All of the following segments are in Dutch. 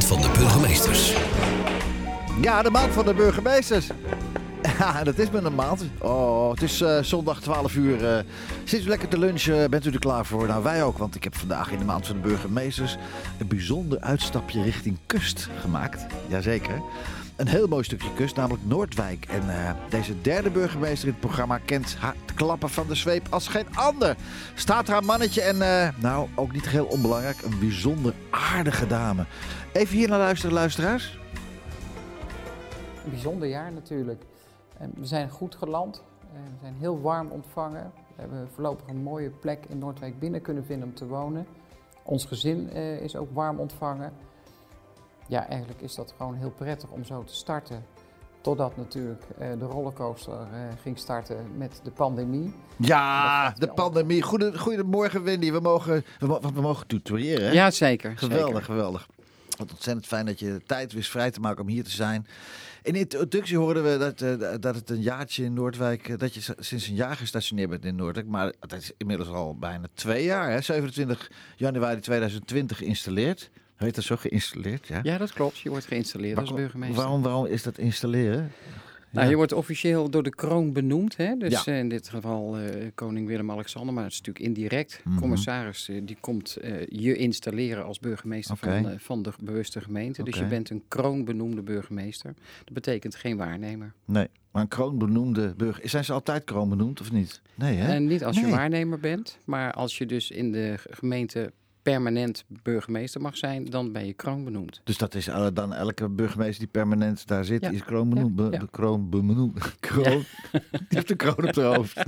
maand van de burgemeesters. Ja, de maand van de burgemeesters. Ja, dat is met een maand. Oh, het is zondag 12 uur. Zit u lekker te lunchen? Bent u er klaar voor? Nou, wij ook, want ik heb vandaag in de maand van de burgemeesters een bijzonder uitstapje richting kust gemaakt. Jazeker. Een heel mooi stukje kust, namelijk Noordwijk. En deze derde burgemeester in het programma kent het klappen van de zweep als geen ander. Staat haar mannetje en, nou, ook niet heel onbelangrijk, een bijzonder aardige dame. Even hier naar luisteren, luisteraars. Een bijzonder jaar natuurlijk. We zijn goed geland, we zijn heel warm ontvangen. We hebben voorlopig een mooie plek in Noordwijk binnen kunnen vinden om te wonen. Ons gezin is ook warm ontvangen. Ja, eigenlijk is dat gewoon heel prettig om zo te starten. Totdat natuurlijk de rollercoaster ging starten met de pandemie. Ja, de pandemie. Goedemorgen Wendy, we mogen tutoreren, hè? Ja, zeker. Geweldig, zeker. geweldig. Wat ontzettend fijn dat je de tijd wist vrij te maken om hier te zijn. In de introductie hoorden we dat het een jaartje in Noordwijk, dat je sinds een jaar gestationeerd bent in Noordwijk. Maar dat is inmiddels al bijna 2 jaar, hè? 27 januari 2020 geïnstalleerd. Heet dat zo, geïnstalleerd? Ja, Ja, dat klopt. Je wordt geïnstalleerd als burgemeester. Waarom is dat installeren? Nou, je wordt officieel door de kroon benoemd. Hè? Dus Ja. in dit geval koning Willem-Alexander, maar het is natuurlijk indirect. Commissaris die komt je installeren als burgemeester van de bewuste gemeente. Dus je bent een kroonbenoemde burgemeester. Dat betekent geen waarnemer. Nee, maar een kroonbenoemde burger. Zijn ze altijd kroonbenoemd of niet? Nee, hè? En niet als je waarnemer bent, maar als je dus in de gemeente permanent burgemeester mag zijn, dan ben je kroonbenoemd. Dus dat is dan elke burgemeester die permanent daar zit, Ja. is kroonbenoemd. Ja. Die heeft een kroon op haar hoofd.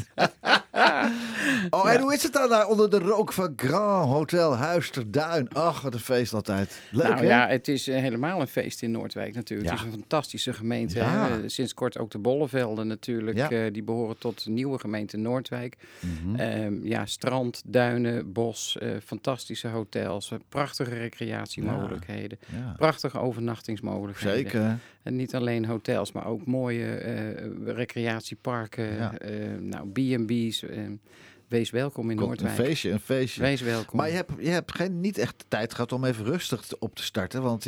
En hoe is het dan daar onder de rook van Grand Hotel Huis ter Duin? Ach, wat een feest altijd. Leuk, Nou hè? ja, het is helemaal een feest in Noordwijk natuurlijk. Ja. Het is een fantastische gemeente. Ja. Hè? Sinds kort ook de Bollevelden natuurlijk. Ja. Die behoren tot de nieuwe gemeente Noordwijk. Mhm. Strand, duinen, bos, fantastische hotels, prachtige recreatiemogelijkheden, prachtige overnachtingsmogelijkheden. Zeker. En niet alleen hotels, maar ook mooie recreatieparken, B&B's. Wees welkom in Noordwijk. Een feestje. Wees welkom. Maar je hebt niet echt de tijd gehad om even rustig op te starten. Want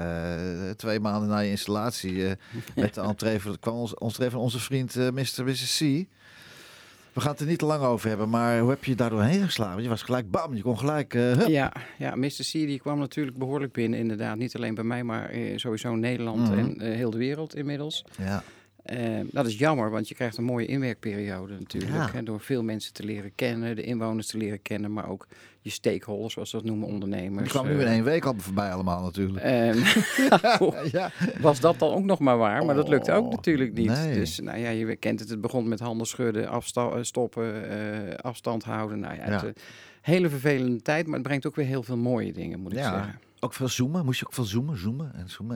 2 maanden na je installatie met de entree kwam onze vriend Mr. Mrs. C. We gaan het er niet te lang over hebben, maar hoe heb je daar doorheen geslagen? Je was gelijk, bam, je kon gelijk... Ja, Mr. C die kwam natuurlijk behoorlijk binnen, inderdaad. Niet alleen bij mij, maar sowieso Nederland en heel de wereld inmiddels. Ja. Dat is jammer, want je krijgt een mooie inwerkperiode natuurlijk. Ja. Hè, door veel mensen te leren kennen, de inwoners te leren kennen, maar ook je stakeholders, zoals we dat noemen, ondernemers. Die kwam nu in 1 week al voorbij allemaal natuurlijk. Ja. Was dat dan ook nog maar waar, maar dat lukte ook natuurlijk niet. Nee. Dus je kent het, het begon met handen schudden, stoppen, afstand houden. Nou ja, het, hele vervelende tijd, maar het brengt ook weer heel veel mooie dingen, moet ik zeggen. Ook veel zoomen? Moest je ook veel zoomen? Zoomen.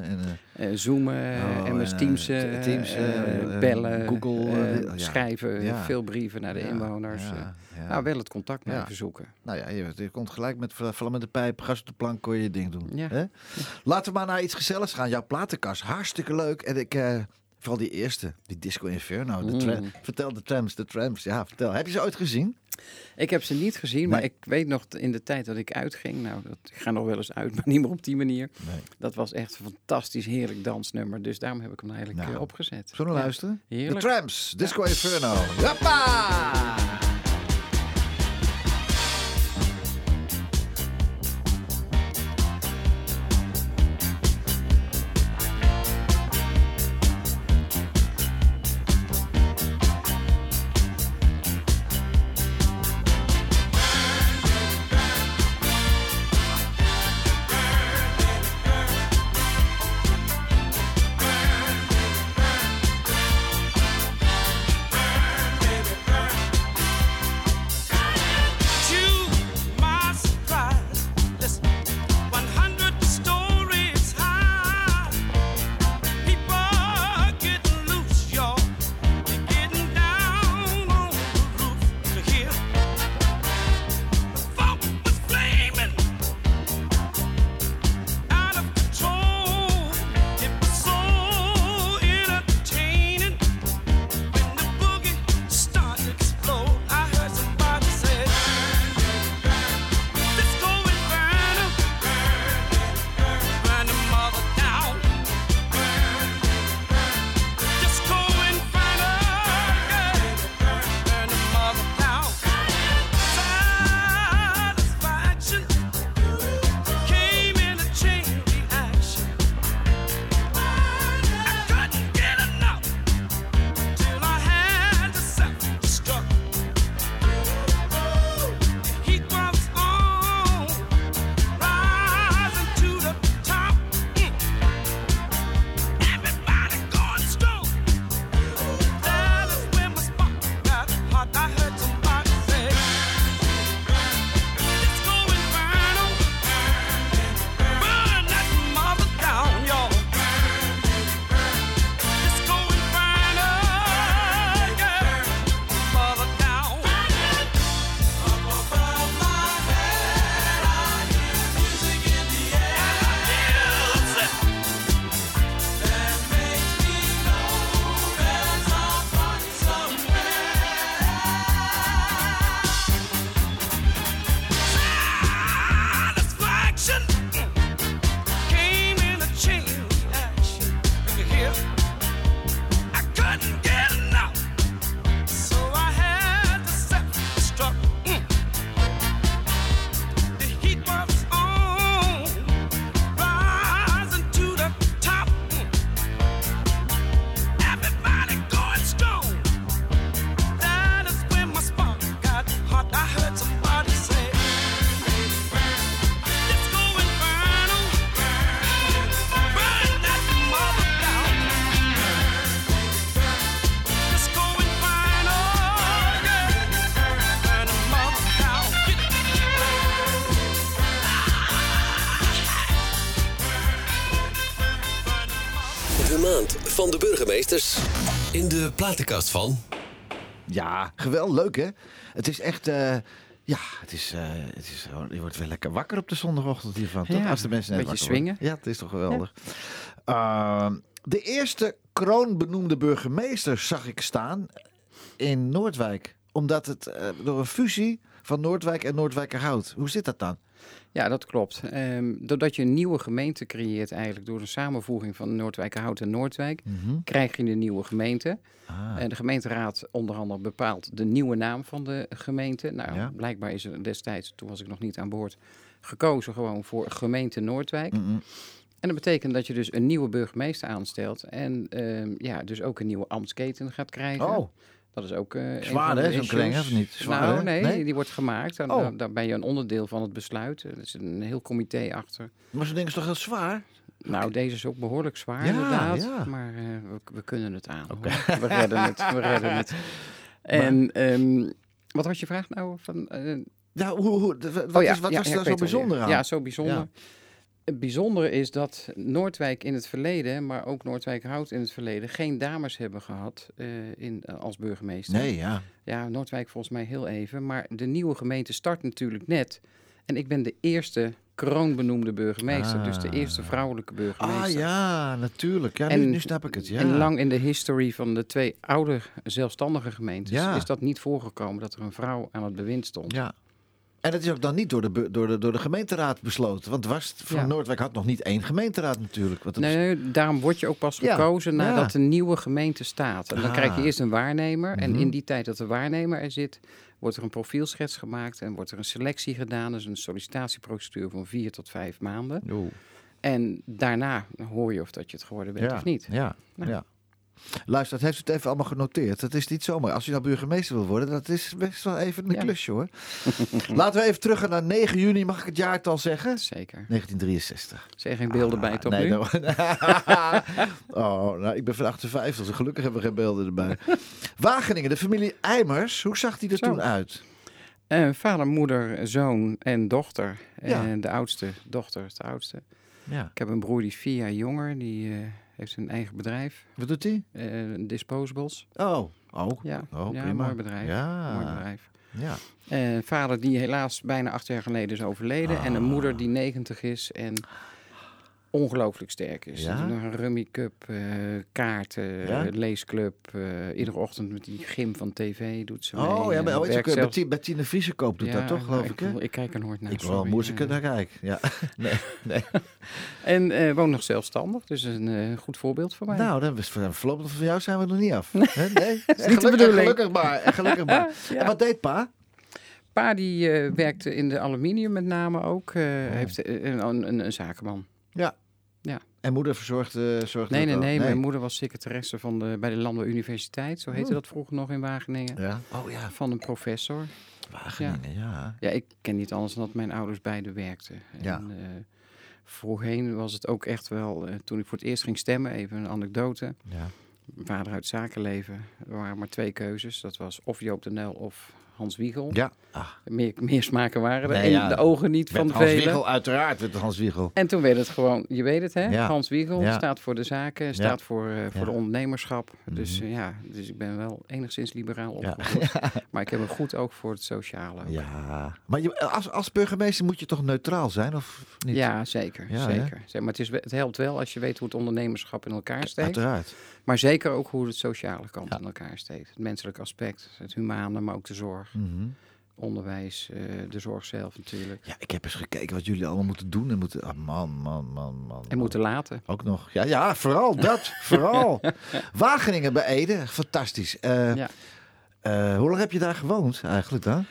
Zoomen, MS Teams, bellen, Google, schrijven, veel brieven naar de inwoners. Nou, wel het contact blijven zoeken. Nou ja, je komt gelijk met vlammende pijp, gas op de plank, kon je je ding doen. Ja. Hè? Laten we maar naar iets gezelligs gaan. Jouw platenkast, hartstikke leuk. En ik... Vooral die eerste, die Disco Inferno. Vertel de trams. Ja, vertel. Heb je ze ooit gezien? Ik heb ze niet gezien, maar ik weet nog in de tijd dat ik uitging. Ik ga nog wel eens uit, maar niet meer op die manier. Nee. Dat was echt een fantastisch, heerlijk dansnummer. Dus daarom heb ik hem eigenlijk opgezet. Zullen we luisteren? Heerlijk. De Trams, Disco Inferno. Hoppa! van de burgemeesters in de platenkast van... Ja, geweldig. Leuk, hè? Het is echt... het is gewoon, je wordt weer lekker wakker op de zondagochtend hiervan. Toch? Ja, Als de mensen net een beetje wakker worden. swingen. Ja, het is toch geweldig. De eerste kroonbenoemde burgemeester zag ik staan in Noordwijk. Omdat het door een fusie van Noordwijk en Noordwijkerhout. Hoe zit dat dan? Ja, dat klopt. Doordat je een nieuwe gemeente creëert eigenlijk door de samenvoeging van Noordwijkerhout en Noordwijk, krijg je een nieuwe gemeente. En de gemeenteraad onder andere bepaalt de nieuwe naam van de gemeente. Nou, blijkbaar is er destijds, toen was ik nog niet aan boord, gekozen gewoon voor gemeente Noordwijk. En dat betekent dat je dus een nieuwe burgemeester aanstelt en dus ook een nieuwe ambtsketen gaat krijgen. Oh. Dat is ook zwaar, hè? Zo'n kring, of niet? Zwaar, nou, nee, die wordt gemaakt. Daar ben je een onderdeel van het besluit. Er is een heel comité achter. Maar zo'n ding is toch heel zwaar? Nou, deze is ook behoorlijk zwaar, Ja, inderdaad. ja. Maar we kunnen het aan. Oké. Hoor. We redden het. En wat was je vraag nou? Wat was daar zo bijzonder aan? Ja, zo bijzonder. Ja. Het bijzondere is dat Noordwijk in het verleden, maar ook Noordwijkerhout in het verleden, geen dames hebben gehad als burgemeester. Nee, ja. Ja, Noordwijk volgens mij heel even. Maar de nieuwe gemeente start natuurlijk net. En ik ben de eerste kroonbenoemde burgemeester. Dus de eerste vrouwelijke burgemeester. Ah ja, natuurlijk. Ja, nu snap ik het. Ja. En lang in de history van de twee oude zelfstandige gemeentes is dat niet voorgekomen dat er een vrouw aan het bewind stond. Ja. En dat is ook dan niet door de gemeenteraad besloten. Want Noordwijk had nog niet één gemeenteraad natuurlijk. Nee, daarom word je ook pas gekozen nadat de nieuwe gemeente staat. En dan krijg je eerst een waarnemer. En in die tijd dat de waarnemer er zit, wordt er een profielschets gemaakt en wordt er een selectie gedaan. Dus een sollicitatieprocedure van 4 tot 5 maanden. Oeh. En daarna hoor je of dat je het geworden bent of niet. Ja. Luister, dat heeft u het even allemaal genoteerd. Dat is niet zomaar. Als u nou burgemeester wil worden, dat is best wel even een klusje, hoor. Laten we even terug gaan naar 9 juni. Mag ik het jaartal zeggen? Zeker. 1963. Zijn geen beelden bij, toch nee, nu? Ik ben van 58, dus gelukkig hebben we geen beelden erbij. Wageningen, de familie Eimers. Hoe zag die er toen uit? Vader, moeder, zoon en dochter. En de oudste dochter is de oudste. Ja. Ik heb een broer die is 4 jaar jonger. Die heeft een eigen bedrijf. Wat doet hij? Disposables. Oh, prima. Mooi bedrijf. Ja. Mooi bedrijf. Ja. Vader die helaas bijna 8 jaar geleden is overleden. En een moeder die 90 is en ongelooflijk sterk is. Ja? Ze doen nog een Rummy Cup, kaarten, leesclub. Iedere ochtend met die gym van tv doet ze mee. Bettine Vriesekoop doet dat toch, geloof ik, hè? Ik kijk er nooit naar. Ik wel moest ik er naar kijken. Ja. Nee. En woont nog zelfstandig, dus een goed voorbeeld voor mij. Nou, dan voorlopig van jou zijn we nog niet af. Nee? Dat is niet de bedoeling. Gelukkig maar. En wat deed pa? Pa die werkte in de aluminium met name ook. Heeft een zakenman. Ja. En moeder zorgde Nee. Mijn moeder was secretaresse bij de Landbouw Universiteit. Zo heette dat vroeger nog in Wageningen. Ja. Oh ja. Van een professor. Wageningen, ja. Ja, ik ken niet anders dan dat mijn ouders beide werkten. Ja. En voorheen was het ook echt wel, toen ik voor het eerst ging stemmen, even een anekdote. Ja. Vader uit zakenleven. Er waren maar 2 keuzes. Dat was of Joop de Nel of Hans Wiegel. Ja. Meer smaken waren er. En de ogen niet van de velen. Hans Wiegel, uiteraard werd het Hans Wiegel. En toen werd het gewoon, je weet het hè, Ja. Hans Wiegel Ja. staat voor de zaken, staat voor de ondernemerschap. Dus dus ik ben wel enigszins liberaal opgevoed. Maar ik heb een goed oog voor het sociale. Ook. Ja, maar als burgemeester moet je toch neutraal zijn, of niet? Ja, zeker. Ja, zeker. Zeg, maar het helpt wel als je weet hoe het ondernemerschap in elkaar steekt. Uiteraard. Maar zeker ook hoe het sociale kant in elkaar steekt. Het menselijke aspect, het humane, maar ook de zorg. Onderwijs, de zorg zelf natuurlijk. Ja, ik heb eens gekeken wat jullie allemaal moeten doen. En moeten, man. En moeten laten. Ook nog. Ja, vooral dat. Vooral. Wageningen bij Ede, fantastisch. Hoe lang heb je daar gewoond eigenlijk dan?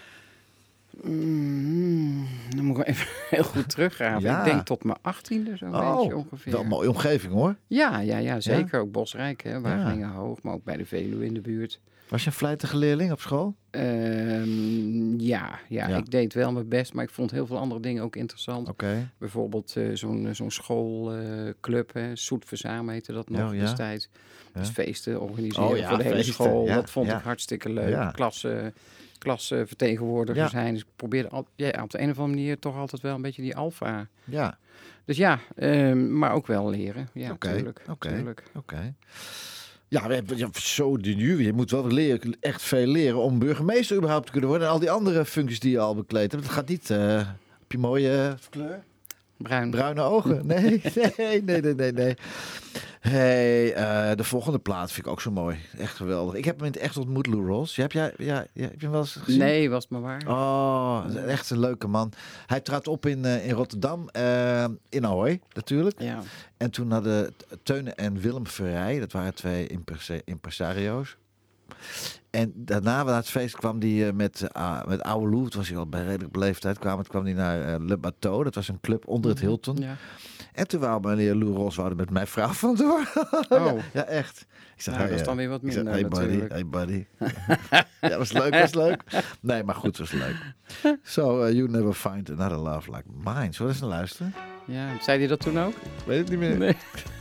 Dan moet ik even heel goed teruggraven. Ja. Ik denk tot mijn 18e zo'n beetje ongeveer. Wel een mooie omgeving hoor. Ja, zeker. Ook Bosrijk, hè, Wageningen Hoog, maar ook bij de Veluwe in de buurt. Was je een vlijtige leerling op school? Ja, ik deed wel mijn best, maar ik vond heel veel andere dingen ook interessant. Oké. Bijvoorbeeld zo'n schoolclub, Soet Verzaam heette dat nog destijds. Dus feesten organiseren voor de hele school. Dat vond ik hartstikke leuk. Ja. Klassen klasvertegenwoordiger Ja. zijn. Dus ik probeerde op de een of andere manier toch altijd wel een beetje die alfa. Ja, Dus maar ook wel leren. Ja, Oké, tuurlijk. oké. Tuurlijk. oké. Ja, zo nu. Je moet wel leren, echt veel leren om burgemeester überhaupt te kunnen worden. En al die andere functies die je al bekleed hebt. Het gaat niet op je mooie kleur. Bruine ogen. Nee. Hey, de volgende plaat vind ik ook zo mooi. Echt geweldig. Ik heb hem in het echt ontmoet, Lou Rawls. Heb je hem wel eens gezien? Nee, was het maar waar. Oh, echt een leuke man. Hij trad op in Rotterdam, in Ahoy natuurlijk. Ja. En toen hadden Teun en Willem Verrij, dat waren 2 impresario's. En daarna, na het feest, kwam hij met oude Lou, het was hij al bij redelijk leeftijd, kwam hij naar Le Bateau. Dat was een club onder het Hilton. Ja. En toen wou meneer Lou Rawls met mijn vrouw vandoor. Oh. Ja, echt. Ik zeg, Dat is dan weer wat ik zeg, minder natuurlijk. Hey buddy. Ja, was leuk. Nee, maar goed, was leuk. So, you never find another love like mine. Zullen we eens naar luisteren? Ja, zei hij dat toen ook? Weet ik niet meer. Nee.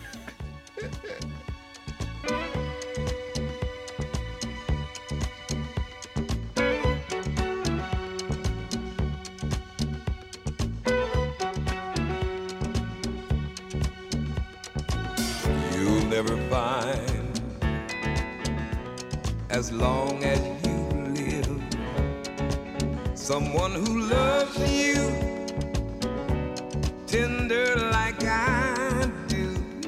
You'll never find, as long as you live, someone who loves you tender like I do.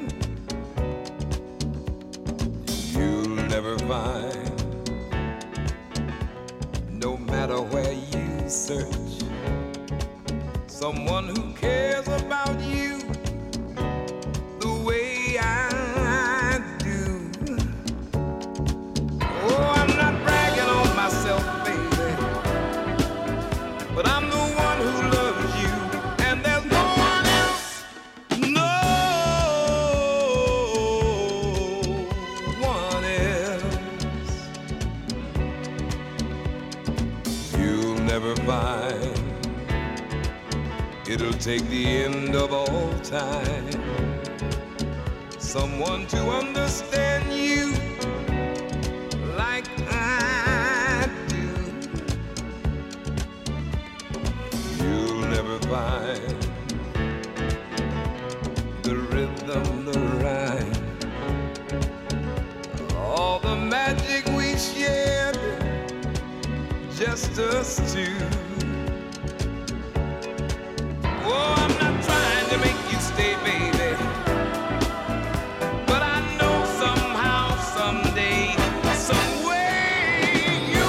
You'll never find, no matter where you search, someone who cares about you the way I do. Oh, I'm not bragging on myself, baby, but I'm the one who loves you, and there's no one else, no one else. You'll never find, it'll take the end of all time, someone to understand you like I do. You'll never find the rhythm, the rhyme, all the magic we shared, just us two. Oh, I'm not trying to make you stay, baby, but I know somehow, someday, some way you're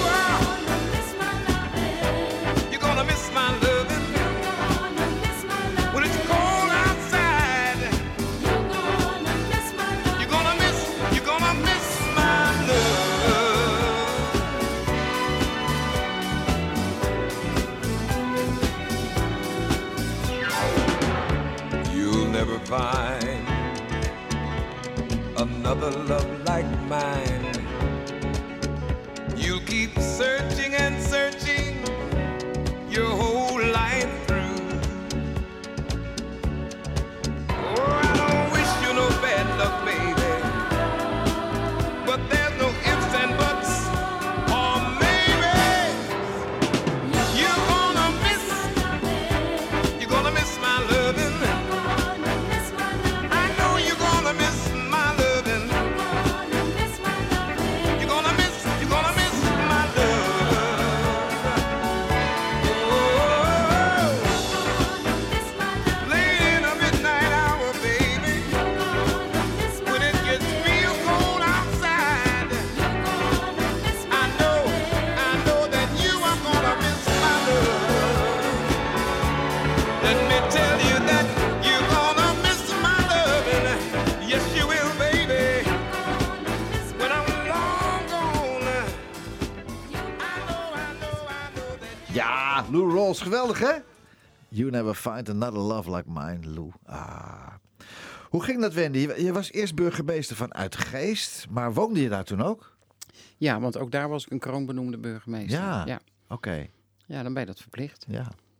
gonna miss my loving. When it's cold outside, you're gonna miss my love. You'll never find another love like mine. You'll keep searching and searching your whole life through. Oh, I don't wish you no bad luck, baby, but there's no ifs and buts, or maybe you're gonna miss my loving. I know you're gonna miss my loving. You're gonna miss my love. Oh, late in the midnight hour, baby, when it gets real cold outside, I know that you are gonna miss my love. Let me tell you that you're gonna miss my loving. Yes, you will, baby. When I'm long gone, I know that. Ja, Lou Rawls, geweldig hè? You never find another love like mine, Lou. Ah. Hoe ging dat, Wendy? Je was eerst burgemeester van Uitgeest, maar woonde je daar toen ook? Ja, want ook daar was ik een kroonbenoemde burgemeester. Ja. Ja. Oké, Ja, dan ben je dat verplicht. ja.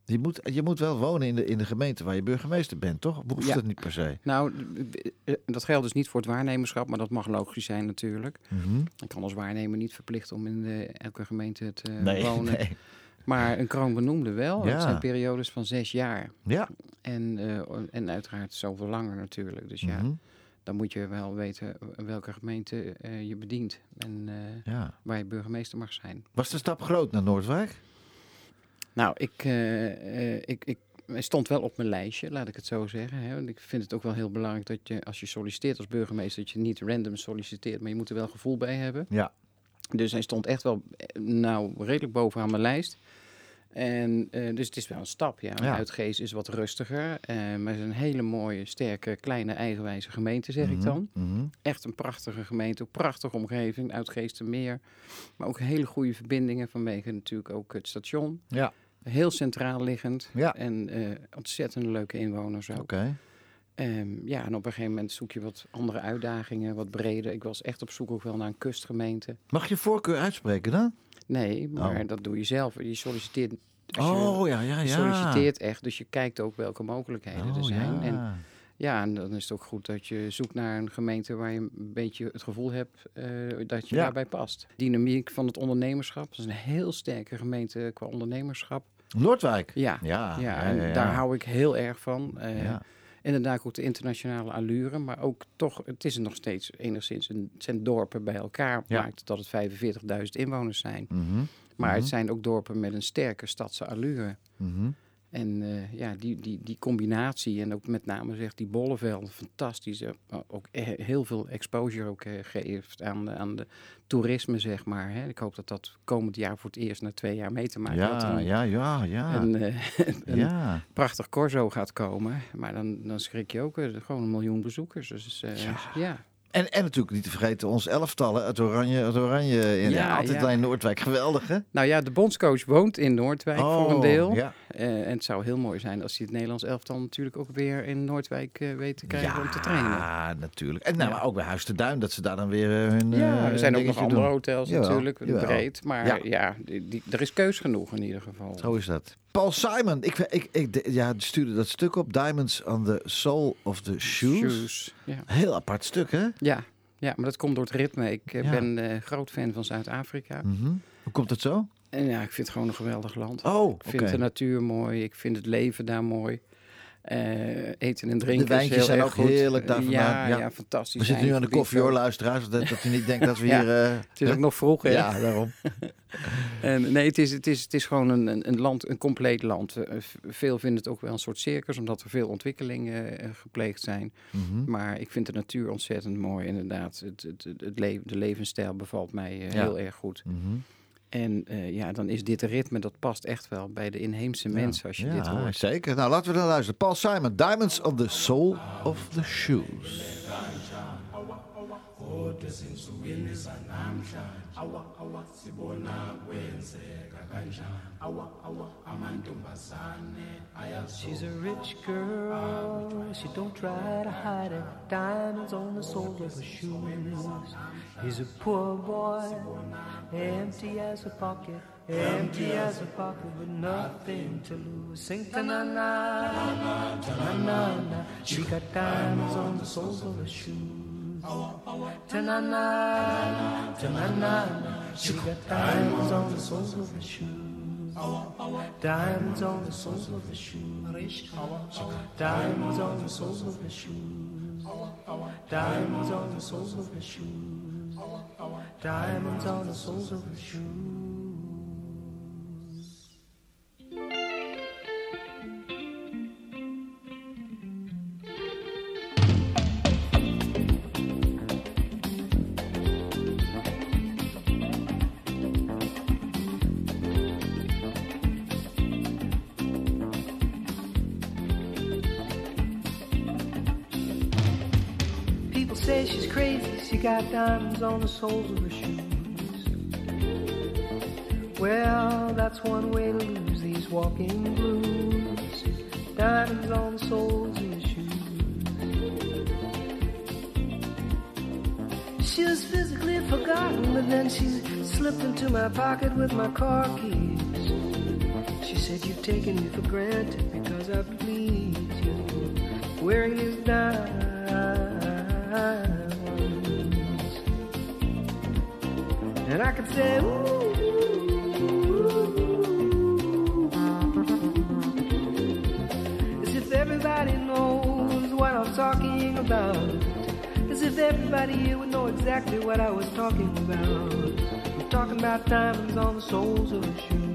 Je moet wel wonen in de gemeente waar je burgemeester bent, toch? Of hoeft dat niet per se? Nou, dat geldt dus niet voor het waarnemerschap, maar dat mag logisch zijn natuurlijk. Ik kan als waarnemer niet verplichten om in elke gemeente te wonen. Nee. Maar een kroonbenoemde wel. Ja. Dat zijn periodes van 6 jaar. Ja. En uiteraard zoveel langer natuurlijk. Dus dan moet je wel weten welke gemeente je bedient. En waar je burgemeester mag zijn. Was de stap groot naar Noordwijk? Nou, ik stond wel op mijn lijstje, laat ik het zo zeggen. Hè. Ik vind het ook wel heel belangrijk dat je, als je solliciteert als burgemeester, dat je niet random solliciteert, maar je moet er wel gevoel bij hebben. Ja. Dus hij stond echt wel redelijk bovenaan mijn lijst. En dus het is wel een stap, ja. Uitgeest is wat rustiger, maar het is een hele mooie, sterke, kleine, eigenwijze gemeente, zeg ik dan. Echt een prachtige gemeente, ook prachtige omgeving, Uitgeestermeer. Maar ook hele goede verbindingen vanwege natuurlijk ook het station. Ja. Heel centraal liggend en ontzettend leuke inwoners ook. En op een gegeven moment zoek je wat andere uitdagingen, wat breder. Ik was echt op zoek ook wel naar een kustgemeente. Mag je voorkeur uitspreken dan? Nee, maar dat doe je zelf. Je solliciteert. Je solliciteert echt, dus je kijkt ook welke mogelijkheden er zijn. En dan is het ook goed dat je zoekt naar een gemeente waar je een beetje het gevoel hebt dat je daarbij past. Dynamiek van het ondernemerschap. Dat is een heel sterke gemeente qua ondernemerschap. Noordwijk? Ja. Daar hou ik heel erg van. Inderdaad ook de internationale allure, maar ook toch, het is er nog steeds enigszins, het zijn dorpen bij elkaar, maakt dat het 45.000 inwoners zijn. Maar het zijn ook dorpen met een sterke stadse allure. En die combinatie en ook met name zegt die Bollevelden, fantastisch. Ook heel veel exposure ook geeft aan de toerisme, zeg maar. Hè. Ik hoop dat dat komend jaar voor het eerst na 2 jaar mee te maken een prachtig corso gaat komen. Maar dan schrik je ook gewoon 1 miljoen bezoekers. Dus En natuurlijk niet te vergeten ons elftallen, het Oranje. Altijd in Noordwijk, geweldig hè? Nou ja, de bondscoach woont in Noordwijk voor een deel. Ja. En het zou heel mooi zijn als hij het Nederlands elftal natuurlijk ook weer in Noordwijk weet te krijgen om te trainen. Ja, natuurlijk. En maar ook bij Huis te Duin, dat ze daar dan weer hun er zijn ook nog andere hotels natuurlijk, breed. Maar er is keus genoeg in ieder geval. Zo is dat. Paul Simon, ik stuurde dat stuk op. Diamonds on the Sole of the Shoes. Ja. Heel apart stuk, hè? Ja, maar dat komt door het ritme. Ik ben groot fan van Zuid-Afrika. Hoe komt het zo? En ik vind het gewoon een geweldig land. Ik vind de natuur mooi. Ik vind het leven daar mooi. Eten en drinken. De wijntjes zijn ook goed. Heerlijk daar vandaan. Ja, fantastisch. We zitten nu aan de koffie hoor, luisteraars. Dat u niet denkt dat we hier... Het is ook nog vroeg, hè? Ja, daarom. En nee, het is gewoon een land, een compleet land. Veel vinden het ook wel een soort circus, omdat er veel ontwikkelingen gepleegd zijn. Maar ik vind de natuur ontzettend mooi, inderdaad. De levensstijl bevalt mij heel erg goed. En dan is dit ritme, dat past echt wel bij de inheemse mensen als je dit hoort. Zeker. Nou, laten we dan luisteren. Paul Simon, Diamonds on the Sole of the Shoes. She's a rich girl, she don't try to hide it. Diamonds on the soles of her shoes. He's a poor boy, empty as a pocket, with nothing to lose. Sing ta-na-na, ta-na-na-na. She got diamonds on the soles of her shoes. Ta-na-na, ta-na-na-na. She got diamonds on the soles of her shoes. Diamonds on the soles of her shoes. Diamonds on the soles of her shoes. Diamonds on the soles of her shoes. Diamonds on the soles of her shoes. Say she's crazy, she got diamonds on the soles of her shoes. Well, that's one way to lose these walking blues. Diamonds on the soles of your shoes. She was physically forgotten, but then she slipped into my pocket with my car keys. She said, you've taken me for granted because I please you. Wearing these diamonds. And I could say, ooh. As if everybody knows what I'm talking about. As if everybody here would know exactly what I was talking about. I'm talking about diamonds on the soles of her shoes.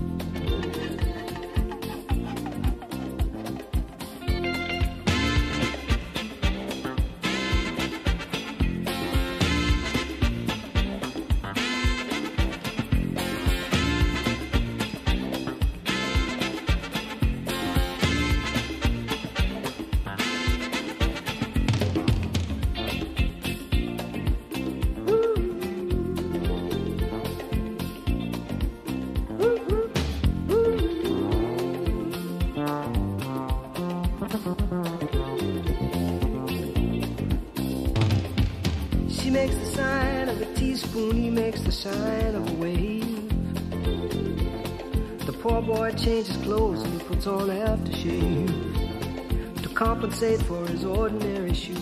She makes the sign of a teaspoon, he makes the sign of a wave. The poor boy changes clothes and he puts on aftershave to compensate for his ordinary shoes.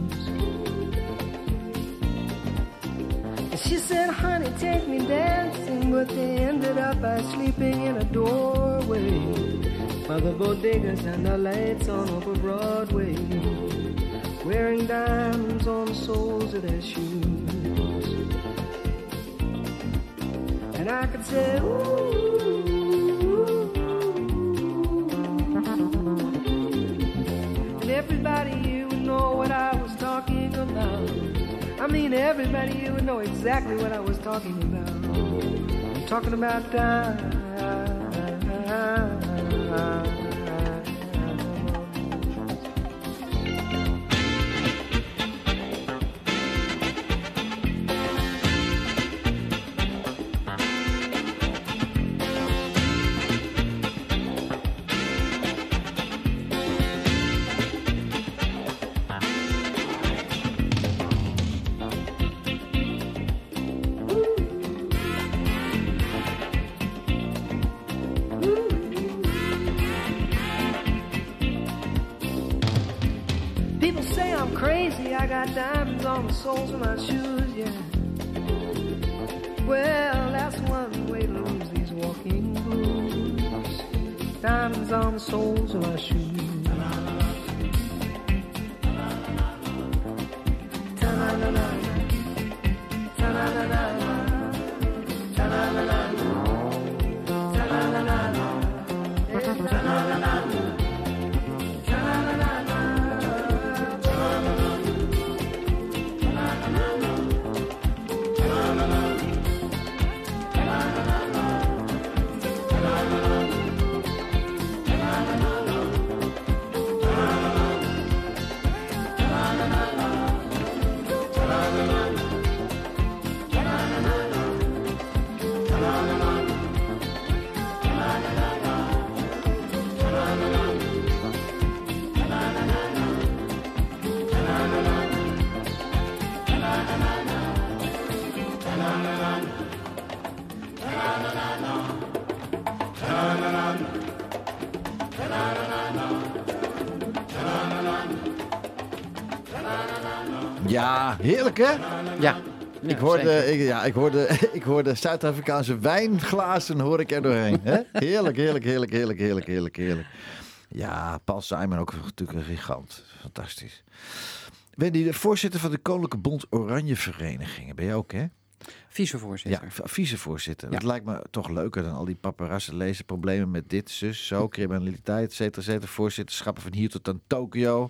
And she said, honey, take me dancing, but they ended up by sleeping in a doorway by the bodegas and the lights on over Broadway, wearing diamonds on the soles of their shoes. And I could say, ooh. And everybody here would know what I was talking about. I mean, everybody here would know exactly what I was talking about. I'm talking about diamonds. People say I'm crazy, I got diamonds on the soles of my shoes, yeah. Well, that's one way to lose these walking blues. Diamonds on the soles of my shoes. Ta-na-na-na, ta-na-na-na, ta-na-na-na, ta-na-na-na, ta-na-na-na. Ja, heerlijk hè? Ja. Ik hoorde Zuid-Afrikaanse wijnglazen hoor ik er doorheen. Hè? Heerlijk, heerlijk, heerlijk, heerlijk, heerlijk, heerlijk, heerlijk. Ja, Paul Simon ook natuurlijk een gigant. Fantastisch. Wendy, de voorzitter van de Koninklijke Bond Oranje Verenigingen. Ben je ook, hè? Vicevoorzitter. Ja, vicevoorzitter. Ja. Dat lijkt me toch leuker dan al die paparazzen lezen. Problemen met dit, zus, zo, criminaliteit, et cetera. Voorzitterschappen van hier tot aan Tokio.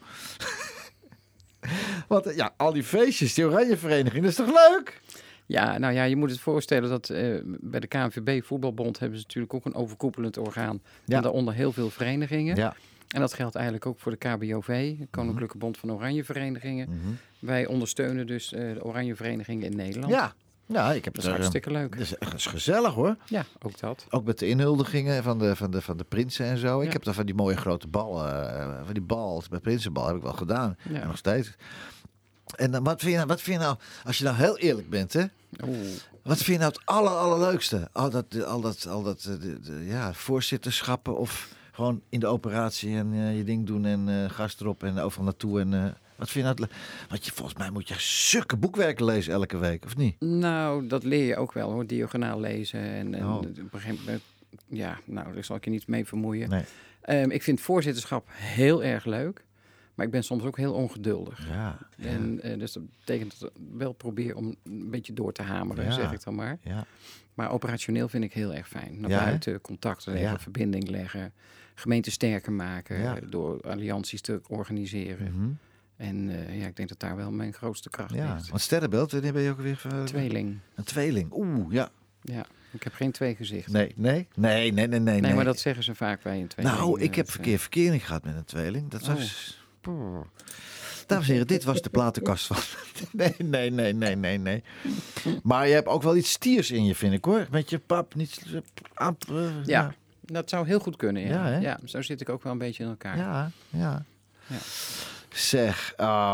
Want ja, al die feestjes, die Oranje Vereniging, dat is toch leuk? Ja, nou ja, je moet het voorstellen dat bij de KNVB Voetbalbond hebben ze natuurlijk ook een overkoepelend orgaan. Ja. En daaronder heel veel verenigingen. Ja. En dat geldt eigenlijk ook voor de KBOV, de Koninklijke Bond van Oranje Verenigingen. Mm-hmm. Wij ondersteunen dus de Oranje Verenigingen in Nederland. Ja, ik heb Dat is hartstikke leuk. Dat is gezellig hoor. Ja, ook dat. Ook met de inhuldigingen van de prinsen en zo. Ja. Ik heb dan van die mooie grote bal, van die bal, bij Prinsenbal heb ik wel gedaan. Ja. En nog steeds. En dan, wat vind je nou, als je nou heel eerlijk bent, hè? Oeh. Wat vind je nou het allerleukste? Al dat voorzitterschappen of gewoon in de operatie en je ding doen en gas erop en overal naartoe. En wat vind je nou want volgens mij moet je zulke boekwerken lezen elke week, of niet? Nou, dat leer je ook wel hoor, diagonaal lezen. En Oh. op een gegeven moment, ja, nou, daar zal ik je niet mee vermoeien. Nee. Ik vind voorzitterschap heel erg leuk, maar ik ben soms ook heel ongeduldig. Ja. En dus dat betekent dat ik wel probeer om een beetje door te hameren, Ja. zeg ik dan maar. Ja. Maar operationeel vind ik heel erg fijn. Naar Ja, hè? buiten, contacten leggen, Ja. verbinding leggen, gemeenten sterker maken, Ja. door allianties te organiseren. Mhm. En ik denk dat daar wel mijn grootste kracht Ja. ligt. Want sterrenbeeld, wanneer ben je ook weer? Tweeling. Een tweeling. Oeh, ja. Ja, ik heb geen twee gezichten. Nee, Nee, maar dat zeggen ze vaak bij een tweeling. Nou, ik heb Dat, verkering gehad met een tweeling. Dat Oh. was... Dames en heren, dit was de platenkast van... Nee. Maar je hebt ook wel iets stiers in je, vind ik, hoor. Met je pap, niet... Ja, dat zou heel goed kunnen, ja. Ja, hè? Ja, zo zit ik ook wel een beetje in elkaar. Ja. Ja. Zeg,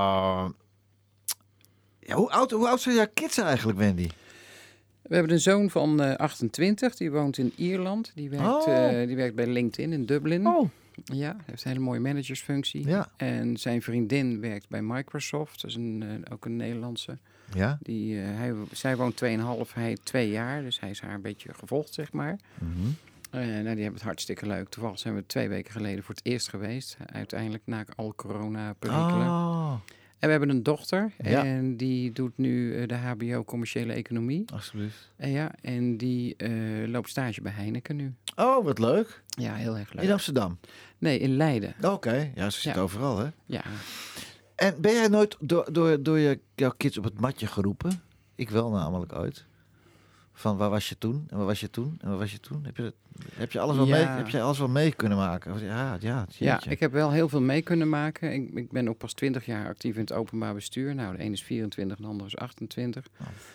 hoe oud zijn jouw kids eigenlijk, Wendy? We hebben een zoon van 28, die woont in Ierland. Die werkt bij LinkedIn in Dublin. Oh, Ja, heeft een hele mooie managersfunctie. ja. En zijn vriendin werkt bij Microsoft. Dat is ook een Nederlandse. Ja? Zij woont 2,5, hij 2 jaar. Dus hij is haar een beetje gevolgd, zeg maar. Mhm. Die hebben het hartstikke leuk. Toevallig zijn we 2 weken geleden voor het eerst geweest. Uiteindelijk na alle corona-perikelen. Oh, En we hebben een dochter. Ja. En die doet nu de HBO commerciële economie. alsjeblieft. En die loopt stage bij Heineken nu. Oh, wat leuk. Ja, heel erg leuk. In Amsterdam. Nee, in Leiden. Oké, ja, ze zit Ja. overal, hè? Ja. En ben jij nooit door jouw kids op het matje geroepen? Ik wel namelijk ooit. Van waar was je toen? En waar was je toen? En waar was je toen? Heb je alles wel Ja. mee? Heb je alles wel mee kunnen maken? Ja, Ja, jeetje. ik heb wel heel veel mee kunnen maken. Ik ben ook pas 20 jaar actief in het openbaar bestuur. Nou, de ene is 24 en de andere is 28.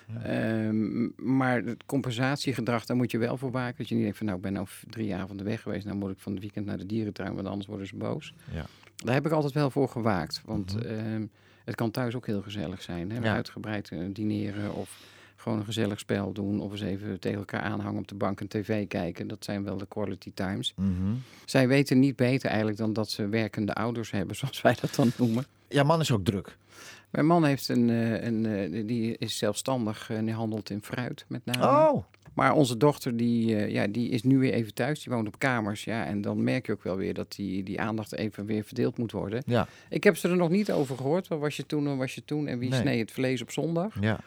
Maar het compensatiegedrag, daar moet je wel voor waken. Dat je niet denkt van, nou, ik ben nou 3 avonden weg geweest. Nou moet ik van het weekend naar de dierentuin, want anders worden ze boos. Ja. Daar heb ik altijd wel voor gewaakt. Want het kan thuis ook heel gezellig zijn. Hè? Ja. Uitgebreid dineren of gewoon een gezellig spel doen. Of eens even tegen elkaar aanhangen op de bank en tv kijken. Dat zijn wel de quality times. Mhm. Zij weten niet beter eigenlijk dan dat ze werkende ouders hebben, zoals wij dat dan noemen. Ja, man is ook druk. Mijn man heeft die is zelfstandig en die handelt in fruit met name. Oh, Maar onze dochter die is nu weer even thuis. Die woont op kamers. Ja, en dan merk je ook wel weer dat die aandacht even weer verdeeld moet worden. ja. Ik heb ze er nog niet over gehoord. Wat was je toen, wat was je toen? En wie Nee. snee het vlees op zondag? Ja.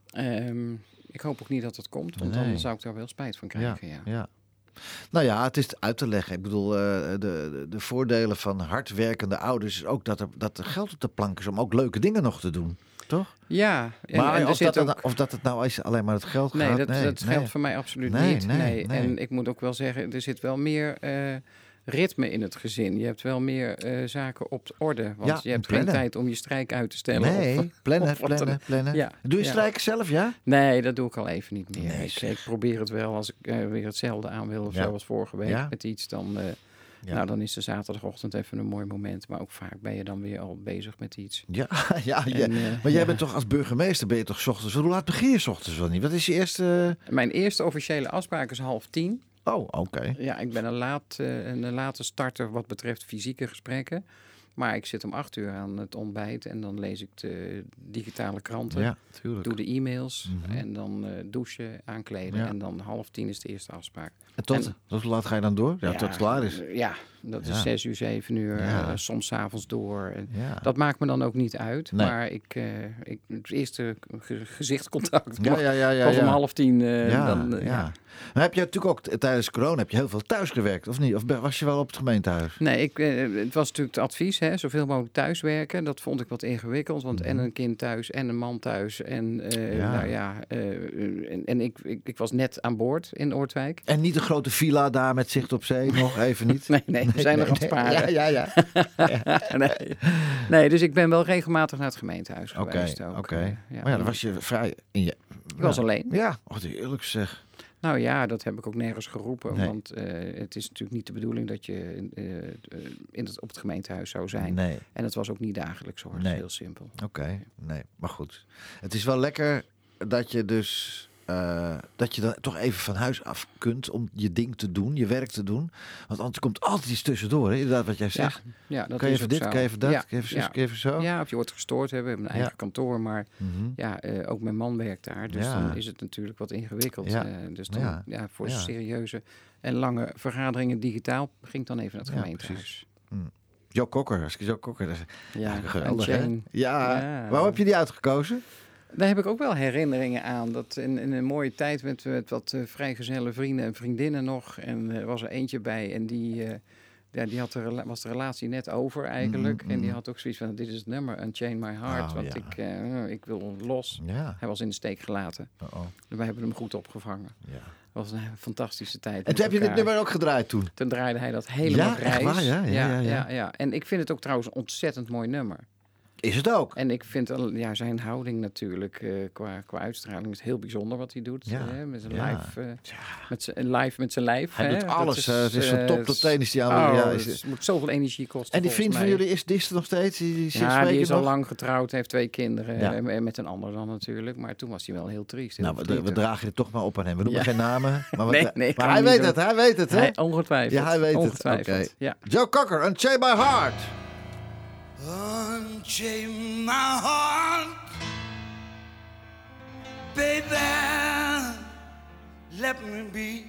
Ik hoop ook niet dat het komt, want Nee. dan zou ik daar wel spijt van krijgen. Ja. Nou ja, het is uit te leggen. Ik bedoel, de voordelen van hardwerkende ouders is ook dat er geld op de plank is om ook leuke dingen nog te doen. Toch? Ja, en Maar er of, zit dat ook... of dat het nou is alleen maar het geld Nee, gaat. dat geldt voor mij absoluut Nee, niet. nee. En ik moet ook wel zeggen, er zit wel meer ritme in het gezin. Je hebt wel meer zaken op orde. Want Ja, je hebt plannen. geen tijd om je strijk uit te stellen. Nee, Of, plannen. of wat dan- Ja, Doe je ja. strijken zelf, ja? Nee, dat doe ik al even niet meer. Nee, ik zeg. probeer het wel als ik weer hetzelfde aan wil of Ja. zo als vorige week Ja. met iets. Dan, dan is de zaterdagochtend even een mooi moment. Maar ook vaak ben je dan weer al bezig met iets. Ja, ja. En, Maar jij bent toch als burgemeester, ben je toch 's ochtends? Hoe laat begin je 's ochtends wel niet? Wat is je eerste... Mijn eerste officiële afspraak is 9:30. Oh, oké. Ja, ik ben een late starter wat betreft fysieke gesprekken. Maar ik zit om 8:00 aan het ontbijt en dan lees ik de digitale kranten. Ja, tuurlijk. Doe de e-mails Mhm. en dan douchen, aankleden. Ja. En dan 9:30 is de eerste afspraak. En tot hoe laat ga je dan door? Ja, tot het klaar is. Ja, dat Ja. is 6:00, 7:00, Ja. soms 's avonds door. En Ja. dat maakt me dan ook niet uit. Nee. Maar het eerste gezichtscontact Ja, ja, ja, ja, was om ja. 9:30. Ja. Maar heb je natuurlijk ook tijdens corona heb je heel veel thuis gewerkt, of niet? Of was je wel op het gemeentehuis? Nee, het was natuurlijk het advies, hè, zoveel mogelijk thuiswerken. Dat vond ik wat ingewikkeld, want en een kind thuis en een man thuis. En, en ik was net aan boord in Oortwijk. En niet een grote villa daar met zicht op zee, nog even niet? Nee, we zijn nog aan het sparen. Ja. Nee, dus ik ben wel regelmatig naar het gemeentehuis Oké, geweest ook. oké. Ja. Maar ja, dan was je vrij in je... Ik was alleen. Ja, wat eerlijk zeg. Nou ja, dat heb ik ook nergens geroepen. Nee. Want het is natuurlijk niet de bedoeling dat je op het gemeentehuis zou zijn. Nee, En het was ook niet dagelijks hoor. Het Nee. is heel simpel. oké. Nee, maar goed. Het is wel lekker dat je dus dat je dan toch even van huis af kunt om je ding te doen, je werk te doen. Want anders komt altijd iets tussendoor. Hè? Inderdaad, wat jij zegt. Ja, dat Kan je is even ook dit, zo. kan je even dat, Ja, kan je even zus, ja. kan je even zo? Ja, of je wordt gestoord. We hebben een eigen kantoor, maar ook mijn man werkt daar. Dus Ja. dan is het natuurlijk wat ingewikkeld. Ja. Dus dan, voor serieuze en lange vergaderingen digitaal ging ik dan even naar het gemeentehuis. Joe Cocker, als ik Joe Cocker. Dat is Ja, geweldig, en hè? Jane. Ja. Ja. Waarom heb je die uitgekozen? Daar heb ik ook wel herinneringen aan. Dat in een mooie tijd met wat vrijgezelle vrienden en vriendinnen nog. En er was er eentje bij en die was de relatie net over eigenlijk. En die had ook zoiets van, dit is het nummer, Unchain My Heart. Oh, want ik wil los. Ja. Hij was in de steek gelaten. Wij hebben hem goed opgevangen. Ja. Dat was een fantastische tijd. En met toen heb je dit elkaar. nummer ook gedraaid toen? Toen draaide hij dat helemaal Ja, echt grijs. waar, ja. En ik vind het ook trouwens een ontzettend mooi nummer. Is het ook? En ik vind zijn houding natuurlijk qua uitstraling is heel bijzonder wat hij doet. Ja. Met zijn Ja. live met zijn lijf. Hij hè. doet alles. Dat Het is van top tot teen. Is die aan. Het moet zoveel energie kosten. En die vriend van jullie is er nog steeds? Die is al lang getrouwd, heeft 2 kinderen. Ja. Met een ander dan natuurlijk. Maar toen was hij wel heel triest. Heel Nou, we verdrietig. dragen het toch maar op aan hem. We noemen geen namen. Maar, Nee, maar hij weet het, hij weet het. Hè? Hij, ongetwijfeld. Ja, hij weet het. Ongetwijfeld. Oké. Ja. Joe Cocker, Unchain My Heart. Unchain my heart, baby, let me be,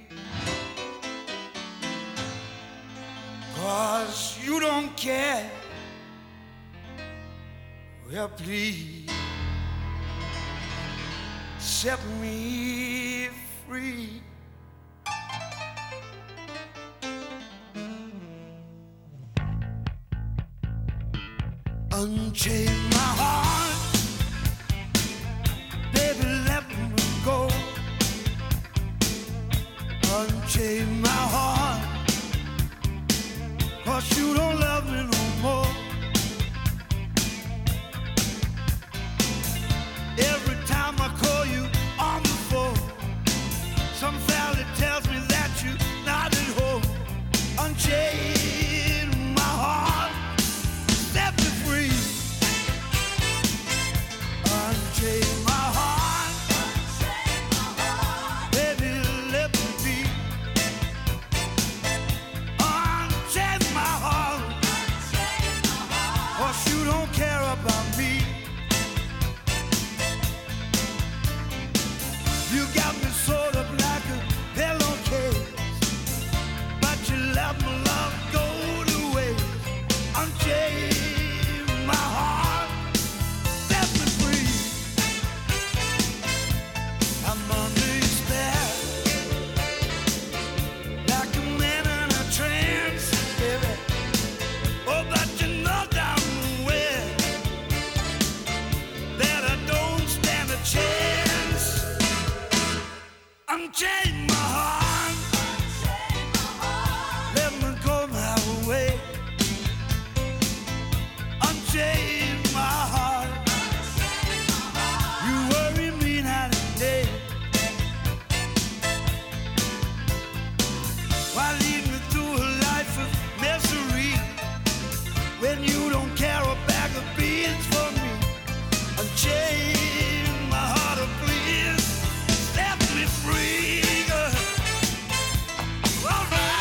'cause you don't care, well please, set me free. Unchain my heart, baby, let me go. Unchain my heart, 'cause you don't love me no more. Every time I call you on the phone, some fella tells me that you're not at home. Unchain my heart, set me free. Unchain my heart, baby, let me be. Unchain my heart, 'cause you don't care about me. You got me sort of like a pillowcase, but you let my love go to waste. Unchain my heart, set me free. I'm under your spell, like a man in a trance, baby. Oh, but you know damn well that I don't stand a chance. Unchain my heart, let me go my way. Unchain my heart, you worry me night and day. Why lead me through a life of misery when you don't care a bag of beans for me? Unchain my heart, oh please, set me free, girl. All right.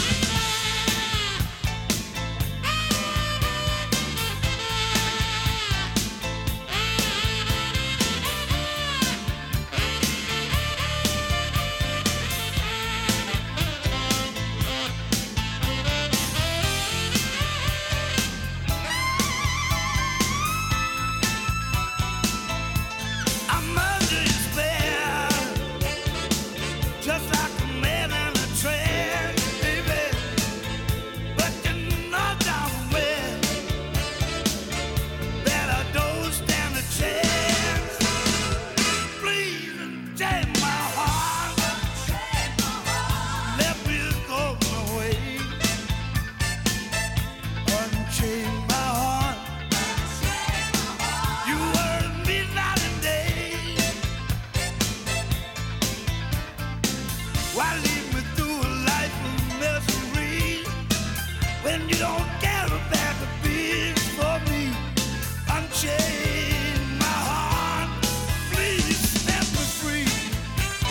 I'm under your spell, just like a man in a trance, baby. But you know damn well that I don't stand a chance. Please unchain my heart, let me go my way. Unchain my heart, you worry me night and day. Why lead me through a life of misery when you don't care a bag of beans for me? Unchain my heart, please set me free.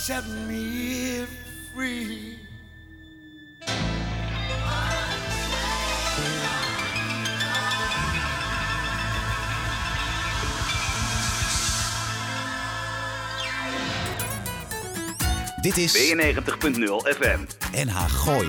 set me free. Dit is 92.0 FM. NH Gooi.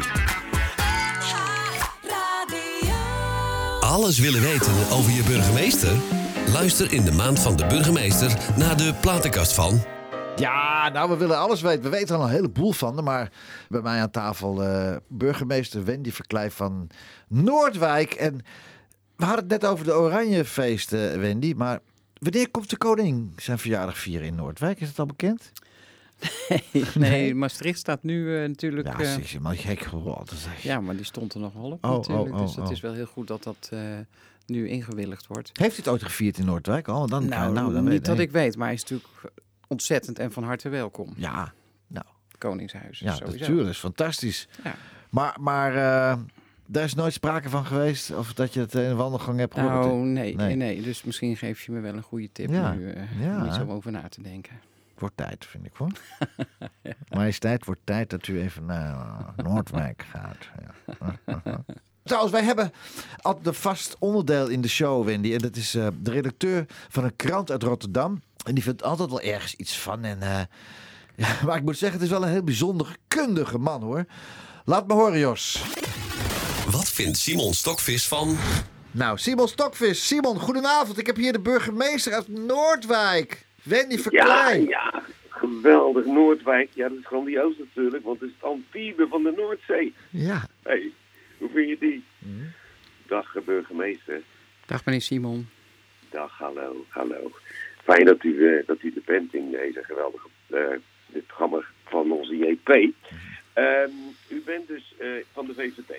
Alles willen weten over je burgemeester? Luister in de maand van de burgemeester naar de platenkast van... Ja, nou, we willen alles weten. We weten al een heleboel van. Maar bij mij aan tafel burgemeester Wendy Verkleij van Noordwijk. En we hadden het net over de Oranjefeesten, Wendy. Maar wanneer komt de koning zijn verjaardag vieren in Noordwijk? Is het al bekend? Nee, Maastricht staat nu natuurlijk... Ja, zie je, maar gek geworden. Ja, maar die stond er nog wel op natuurlijk. Dus dat is wel heel goed dat dat nu ingewilligd wordt. Heeft hij het ooit gevierd in Noordwijk al? Dan, dan weet niet dat ik weet, maar hij is natuurlijk ontzettend en van harte welkom. Ja, nou. Koningshuis. Ja, sowieso. natuurlijk. Is fantastisch. Ja. Maar daar is nooit sprake van geweest? Of dat je het in een wandelgang hebt gehoord? Nou, nee. Dus misschien geef je me wel een goede tip nu. Niet zo over na te denken. Wordt tijd, vind ik hoor. Ja. Majesteit, wordt tijd dat u even naar Noordwijk gaat. Ja. Trouwens, wij hebben altijd een vast onderdeel in de show, Wendy. En dat is de redacteur van een krant uit Rotterdam. En die vindt altijd wel ergens iets van. En, maar ik moet zeggen, het is wel een heel bijzonder kundige man hoor. Laat me horen, Jos. Wat vindt Simon Stokvis van... Nou, Simon Stokvis. Simon, goedenavond. Ik heb hier de burgemeester uit Noordwijk. Wendy Verkleij. Ja, geweldig. Noordwijk. Ja, dat is grandioos natuurlijk, want het is het Antibes van de Noordzee. Ja. Hey, hoe vind je die? Dag, burgemeester. Dag, meneer Simon. Dag, hallo. Fijn dat u er bent in deze geweldige dit programma van onze JP. U bent dus van de VVD.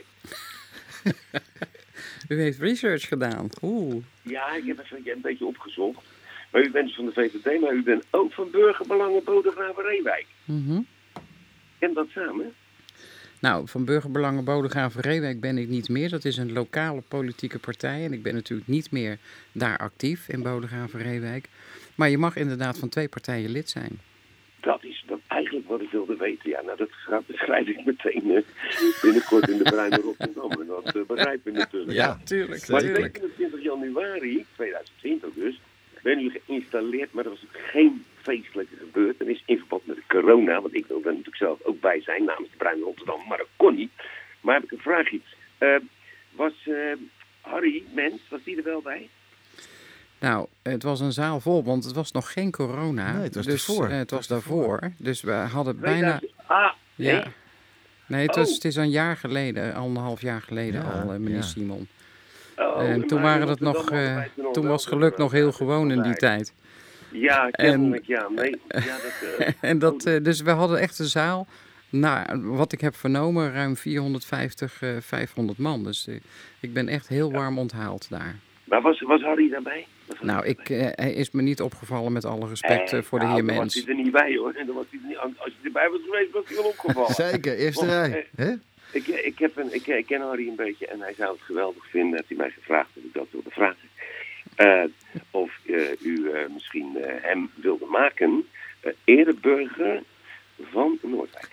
U heeft research gedaan. Oeh. Ja, ik heb even een beetje opgezocht. Maar u bent dus van de VVD, maar u bent ook van Burgerbelangen Bodegraven-Reewijk. En dat samen? Nou, van Burgerbelangen Bodegraven-Reewijk ben ik niet meer. Dat is een lokale politieke partij. En ik ben natuurlijk niet meer daar actief in Bodegraven-Reewijk. Maar je mag inderdaad van 2 partijen lid zijn. Dat is eigenlijk wat ik wilde weten. Ja, nou, dat beschrijf ik meteen binnenkort in de Bruine Rotterdam. En dat begrijp je natuurlijk. Ja, tuurlijk. Maar 27 januari 2020 dus, ben u geïnstalleerd. Maar er was geen feestelijke gebeurtenis in verband met de corona. Want ik wilde er natuurlijk zelf ook bij zijn namens de Bruine Rotterdam. Maar dat kon niet. Maar heb ik een vraagje. Was Harry Mens, was die er wel bij? Nou, het was een zaal vol, want het was nog geen corona. Nee, het was dus, daarvoor. Het was daarvoor. Dus we hadden bijna... Nee? Ja. Nee, het is een jaar geleden, 1,5 jaar geleden al, meneer Simon. En toen waren het nog... toen was geluk nog heel gewoon in die tijd. Ja, kennelijk, ja. Nee, ja, dat... Dus we hadden echt een zaal... Nou, wat ik heb vernomen, ruim 450, 500 man. Dus ik ben echt heel warm onthaald daar. Maar was Harry daarbij? Hij is me niet opgevallen met alle respect voor de heer Mens. Dan was hij er niet bij hoor. En dan was hij er niet, als hij erbij was geweest, was hij wel opgevallen. Zeker, eerste rij. Ik ken Harry een beetje en hij zou het geweldig vinden. Heeft hij mij gevraagd of ik dat wilde vragen. Of u misschien hem wilde maken ereburger van Noordwijk.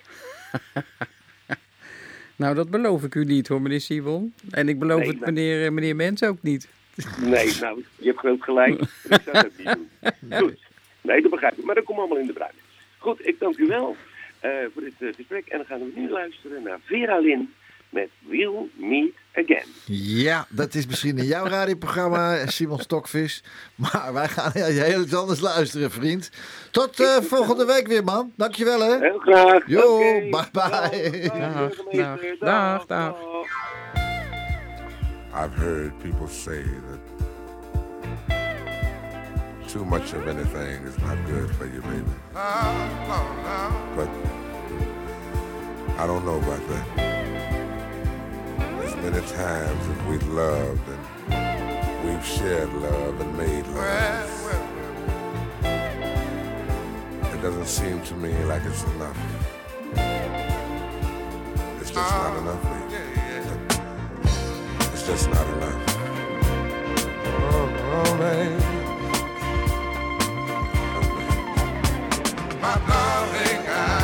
Nou, dat beloof ik u niet hoor, meneer Simon. En ik beloof het meneer Mens ook niet. Nee, nou, je hebt groot gelijk. Ik zou dat niet doen. Goed. Nee, dat begrijp ik. Maar dat komt allemaal in de bruin. Goed, ik dank u wel voor dit gesprek. En dan gaan we nu luisteren naar Vera Lynn met We'll Meet Again. Ja, dat is misschien in jouw radioprogramma, Simon Stokvis. Maar wij gaan heel iets anders luisteren, vriend. Tot volgende week weer, man. Dankjewel, hè. Heel graag. Jo, okay. Bye. Dag. I've heard people say that too much of anything is not good for you, baby. But I don't know about that. There's many times that we've loved and we've shared love and made love. It doesn't seem to me like it's enough. It's just not enough, baby. It's just not enough. Oh, baby. My darling,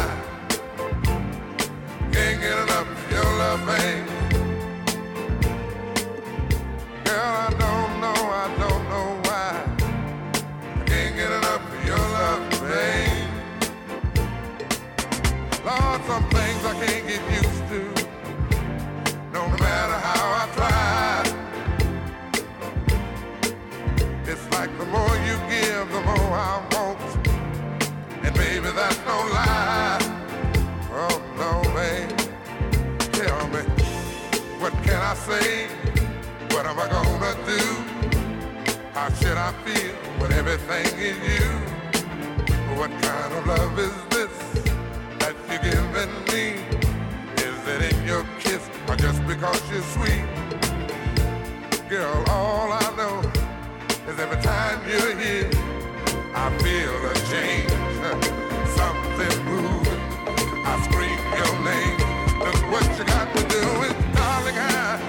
do? How should I feel when everything is you? What kind of love is this that you're giving me? Is it in your kiss or just because you're sweet? Girl, all I know is every time you're here, I feel a change, something moving. I scream your name. Look what you got to do with, darling, I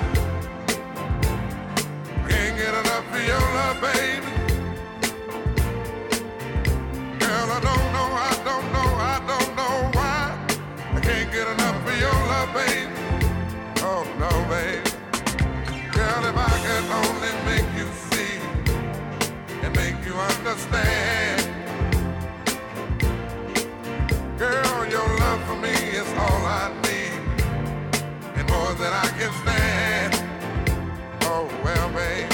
can't get enough of your love, baby. Girl, I don't know why I can't get enough of your love, baby. Oh, no, baby. Girl, if I could only make you see and make you understand. Girl, your love for me is all I need and more than I can stand. Oh, well, babe,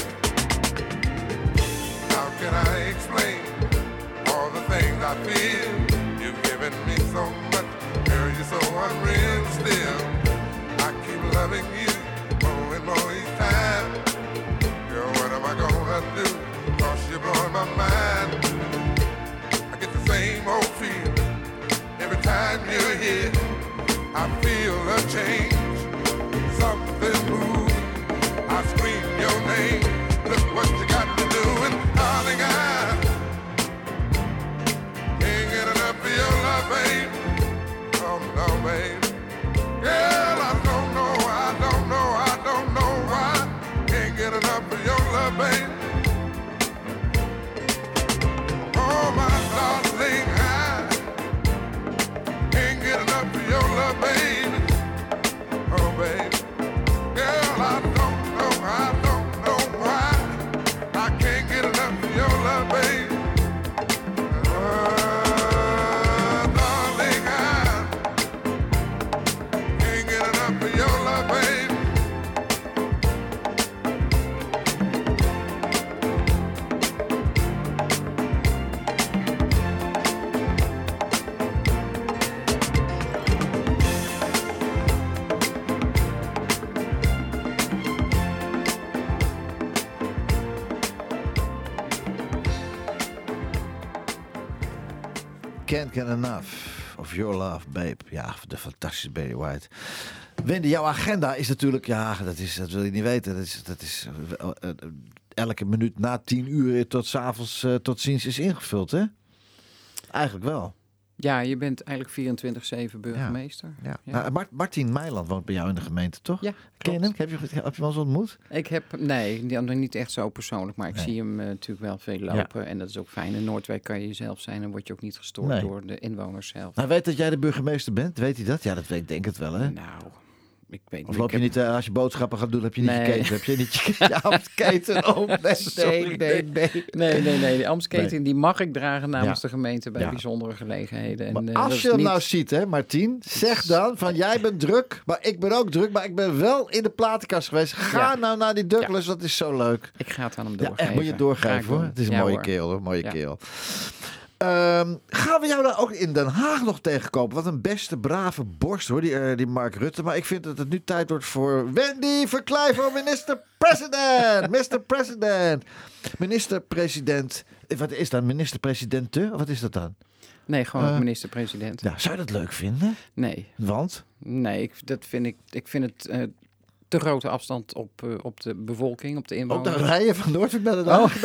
how can I explain all the things I feel? You've given me so much, girl, you're so unreal still. I keep loving you more and more each time. Girl, what am I gonna do? 'Cause you're blowing my mind. I get the same old feel every time you're here. I feel a change, something moving. I scream your name. Look what you got to do, and darling, I can't get enough of your love, babe. Oh no, babe. Girl, I don't know why. Can't get enough of your love, babe. Oh my darling, I can't get enough of your love, baby. Oh, baby. Girl, I don't know why I can't get enough of your love, baby. Darling, I can't get enough of your love, baby. Can't get enough of your love, babe. Ja, de fantastische Barry White. Wendy, jouw agenda is natuurlijk... Ja, dat wil je niet weten. Dat is elke minuut na 10 uur tot 's avonds tot ziens is ingevuld, hè? Eigenlijk wel. Ja, je bent eigenlijk 24/7 burgemeester. Ja. Ja. Nou, Martin Meiland woont bij jou in de gemeente, toch? Ja, Ken je hem? Heb je wel eens ontmoet? Ik heb, nee, niet echt zo persoonlijk, maar ik zie hem natuurlijk wel veel lopen. En dat is ook fijn. In Noordwijk kan je jezelf zijn en word je ook niet gestoord door de inwoners zelf. Hij weet dat jij de burgemeester bent, weet hij dat? Ja, dat weet ik denk het wel, hè? Nou, ik weet of loop je niet, als je boodschappen gaat doen, heb je niet geketen? Heb je niet je Amsketen op? Nee. De Amsketen die mag ik dragen namens de gemeente bij bijzondere gelegenheden. Maar en, als je hem nou ziet, hè, Martien, zeg dan van jij bent druk, maar ik ben ook druk, maar ik ben wel in de platenkast geweest. Ga nou naar die Douglas, dat is zo leuk. Ik ga het aan hem doorgeven. Ja, echt moet je het doorgeven, hoor. Het is een mooie keel, hoor. Mooie keel. Gaan we jou dan ook in Den Haag nog tegenkomen? Wat een beste, brave borst, hoor, die Mark Rutte. Maar ik vind dat het nu tijd wordt voor Wendy Verkleij voor minister-president. Mr. President. Minister-president. Wat is dat? Minister-president? Wat is dat dan? Nee, gewoon minister-president. Ja, zou je dat leuk vinden? Nee. Want? Nee, ik vind het te grote afstand op de bevolking, op de inwoners. Ook de rijen van Noordwijk naar Den Haag?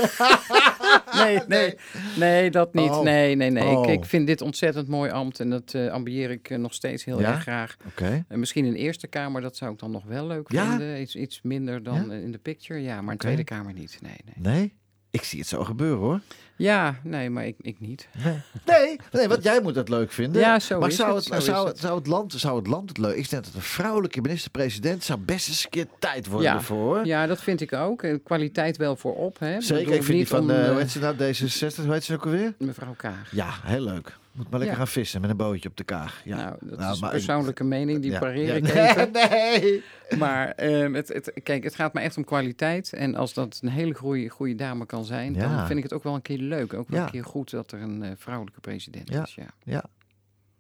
Nee, dat niet. Oh. Nee. Oh. Ik vind dit ontzettend mooi ambt en dat ambieer ik nog steeds heel erg graag. Okay. Misschien in de Eerste Kamer, dat zou ik dan nog wel leuk vinden. Iets minder dan in de picture. Ja, maar in de Tweede Kamer niet. Nee? Ik zie het zo gebeuren, hoor. Ja, nee, maar ik niet. Nee, want jij moet het leuk vinden. Ja, zo maar is zou het land het leuk? Ik denk dat een vrouwelijke minister-president zou best eens een keer tijd worden ervoor. Ja, dat vind ik ook. Kwaliteit wel voorop. Hè. Zeker, ik vind die van, hoe heet ze nou, D66, hoe heet ze ook alweer? Mevrouw Kaag. Ja, heel leuk. Moet maar lekker gaan vissen met een bootje op de Kaag. Ja. Nou, dat is een persoonlijke mening, die pareer ik even. Nee. Maar kijk, het gaat me echt om kwaliteit. En als dat een hele goede dame kan zijn, dan vind ik het ook wel een keer leuk. Ook wel een keer goed dat er een vrouwelijke president is. Ja.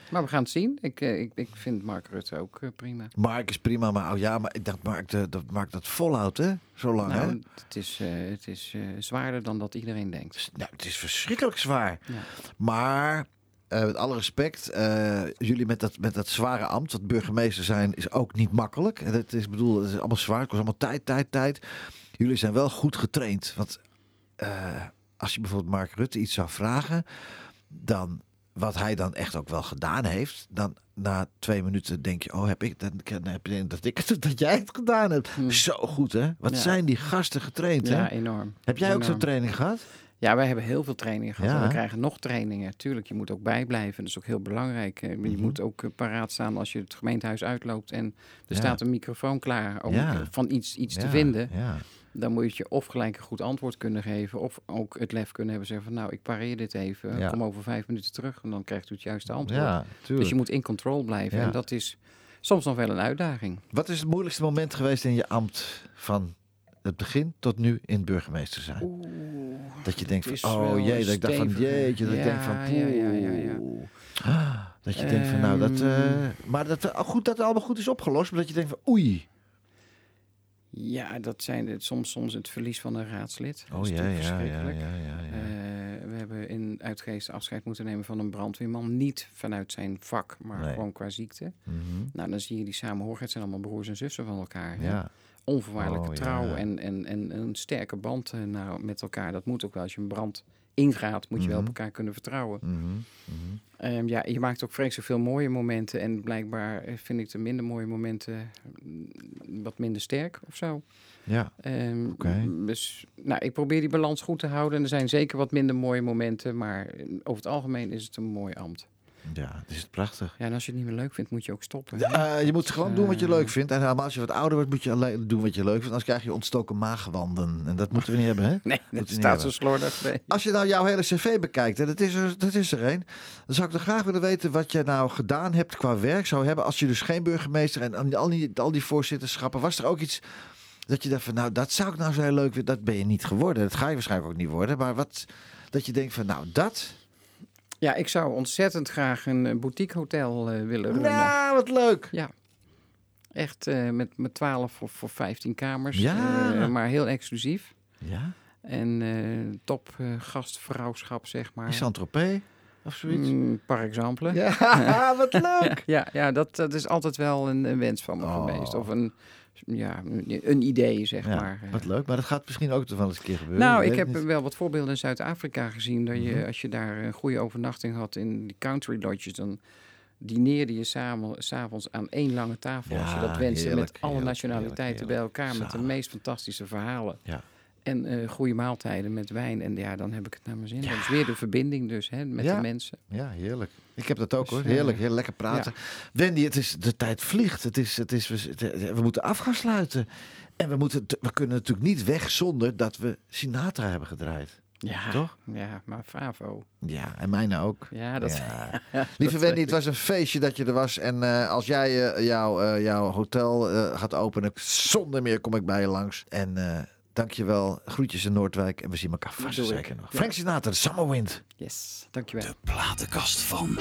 Maar we gaan het zien. Ik vind Mark Rutte ook prima. Mark is prima, maar ik dacht Mark dat volhoudt, hè? Zo lang, hè? Nou, het is zwaarder dan dat iedereen denkt. Nou, het is verschrikkelijk zwaar. Ja. Maar met alle respect, jullie met dat zware ambt, wat burgemeester zijn, is ook niet makkelijk. En het is allemaal zwaar. Het kost allemaal tijd. Jullie zijn wel goed getraind. Want als je bijvoorbeeld Mark Rutte iets zou vragen, dan wat hij dan echt ook wel gedaan heeft, dan na 2 minuten denk je, heb ik dat jij het gedaan hebt. Zo goed, hè? Wat zijn die gasten getraind, hè? Ja, enorm. Heb jij ook zo'n training gehad? Ja, wij hebben heel veel trainingen gehad. Ja. En we krijgen nog trainingen. Tuurlijk, je moet ook bijblijven. Dat is ook heel belangrijk. Je moet ook paraat staan als je het gemeentehuis uitloopt en er staat een microfoon klaar om van iets te vinden. Ja. Dan moet je of gelijk een goed antwoord kunnen geven, of ook het lef kunnen hebben. Zeggen van, nou, ik pareer dit even. Kom over 5 minuten terug en dan krijgt u het juiste antwoord. Ja, dus je moet in control blijven. Ja. En dat is soms nog wel een uitdaging. Wat is het moeilijkste moment geweest in je ambt van het begin tot nu in burgemeester zijn? Dat je denkt van, dat ik dacht van, jeetje, dat ik denk van, dat je denkt van, nou, maar dat het allemaal goed is opgelost, maar dat je denkt van, oei. Ja, dat zijn soms het verlies van een raadslid. Dat is Ja. We hebben in Uitgeest afscheid moeten nemen van een brandweerman. Niet vanuit zijn vak, maar gewoon qua ziekte. Mm-hmm. Nou, dan zie je die samenhorigheid. Het zijn allemaal broers en zussen van elkaar. Ja. Hè? Onvoorwaardelijke trouw ja. En een sterke band met elkaar. Dat moet ook wel. Als je een brand ingaat, moet je wel op elkaar kunnen vertrouwen. Je maakt ook vreselijk veel mooie momenten. En blijkbaar vind ik de minder mooie momenten wat minder sterk of zo. Ja, Dus ik probeer die balans goed te houden. En er zijn zeker wat minder mooie momenten. Maar over het algemeen is het een mooi ambt. Ja, het is prachtig. Ja, en als je het niet meer leuk vindt, moet je ook stoppen. Je moet gewoon doen wat je leuk vindt. En als je wat ouder wordt, moet je alleen doen wat je leuk vindt. Anders krijg je ontstoken maagwanden. En dat moeten we niet hebben, hè? Nee, dat staat zo slordig bij. Als je nou jouw hele cv bekijkt, en dat is er een, dan zou ik er graag willen weten wat je nou gedaan hebt qua werk zou hebben. Als je dus geen burgemeester en al die voorzitterschappen, was er ook iets dat je dacht van, nou, dat zou ik nou zo heel leuk vinden. Dat ben je niet geworden. Dat ga je waarschijnlijk ook niet worden. Maar dat je denkt van, nou, dat... Ja, ik zou ontzettend graag een boutiquehotel willen runnen. Nou, wat leuk. Ja. Echt met 12 of 15 kamers. Ja. Maar heel exclusief. Ja. En top gastvrouwschap, zeg maar. Saint-Tropez of zoiets? Par exemple. Ja, wat leuk. ja, dat is altijd wel een wens van me geweest. Of een idee, zeg maar. Wat leuk, maar dat gaat misschien ook toch wel eens een keer gebeuren. Nou, ik heb wel wat voorbeelden in Zuid-Afrika gezien. Dat je, als je daar een goede overnachting had in die country lodges, dan dineerde je 's avonds aan 1 lange tafel. Ja, als je dat wenste, heerlijk, met alle heerlijk, nationaliteiten bij elkaar. Met de meest fantastische verhalen. Ja. En goede maaltijden met wijn. En dan heb ik het naar mijn zin. Dat is weer de verbinding dus, met de mensen. Ja, heerlijk. Ik heb dat ook, hoor. Dus, Heerlijk, heel lekker praten. Ja. Wendy, de tijd vliegt. We moeten af gaan sluiten. En we kunnen natuurlijk niet weg zonder dat we Sinatra hebben gedraaid. Ja, toch? Ja, maar Favo. Ja, en mijne ook. Ja, dat Lieve Wendy, het was een feestje dat je er was. En als jij jouw hotel gaat openen, zonder meer kom ik bij je langs. En dankjewel. Groetjes in Noordwijk. En we zien elkaar vast zeker nog. Frank Sinatra, Summer Wind. Yes, dankjewel. De platenkast van...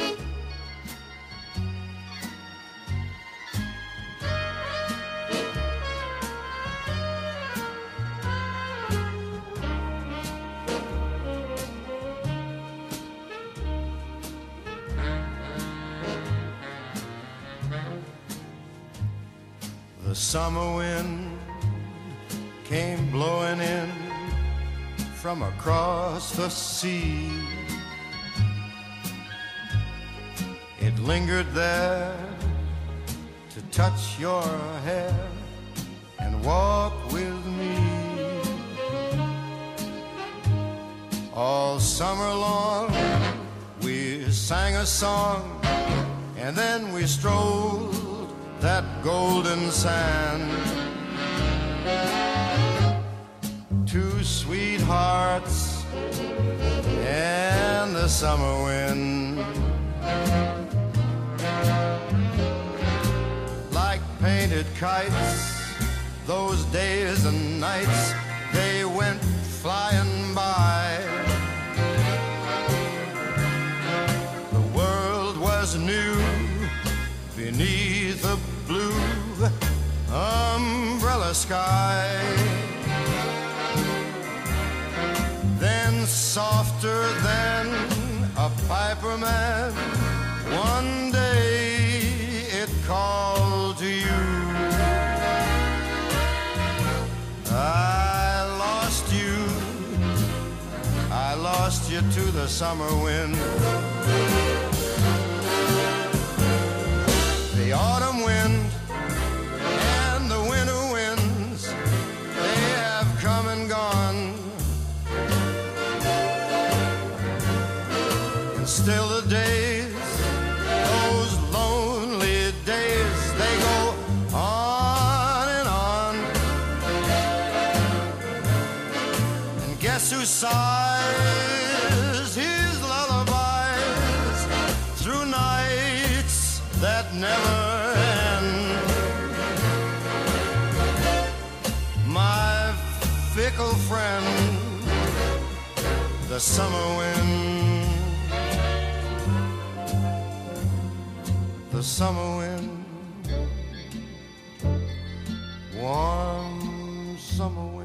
The summer wind came blowing in from across the sea. It lingered there to touch your hair and walk with me. All summer long we sang a song and then we strolled that golden sand. Two sweethearts and the summer wind, like painted kites, those days and nights, they went flying by. The world was new softer than a piper man. One day it called to you. I lost you to the summer wind. The autumn wind and the winter winds, they have come and gone. And still the days, those lonely days, they go on and on. And guess who sighs his lullabies through nights that never end? My fickle friend, the summer wind, the summer wind, warm summer wind.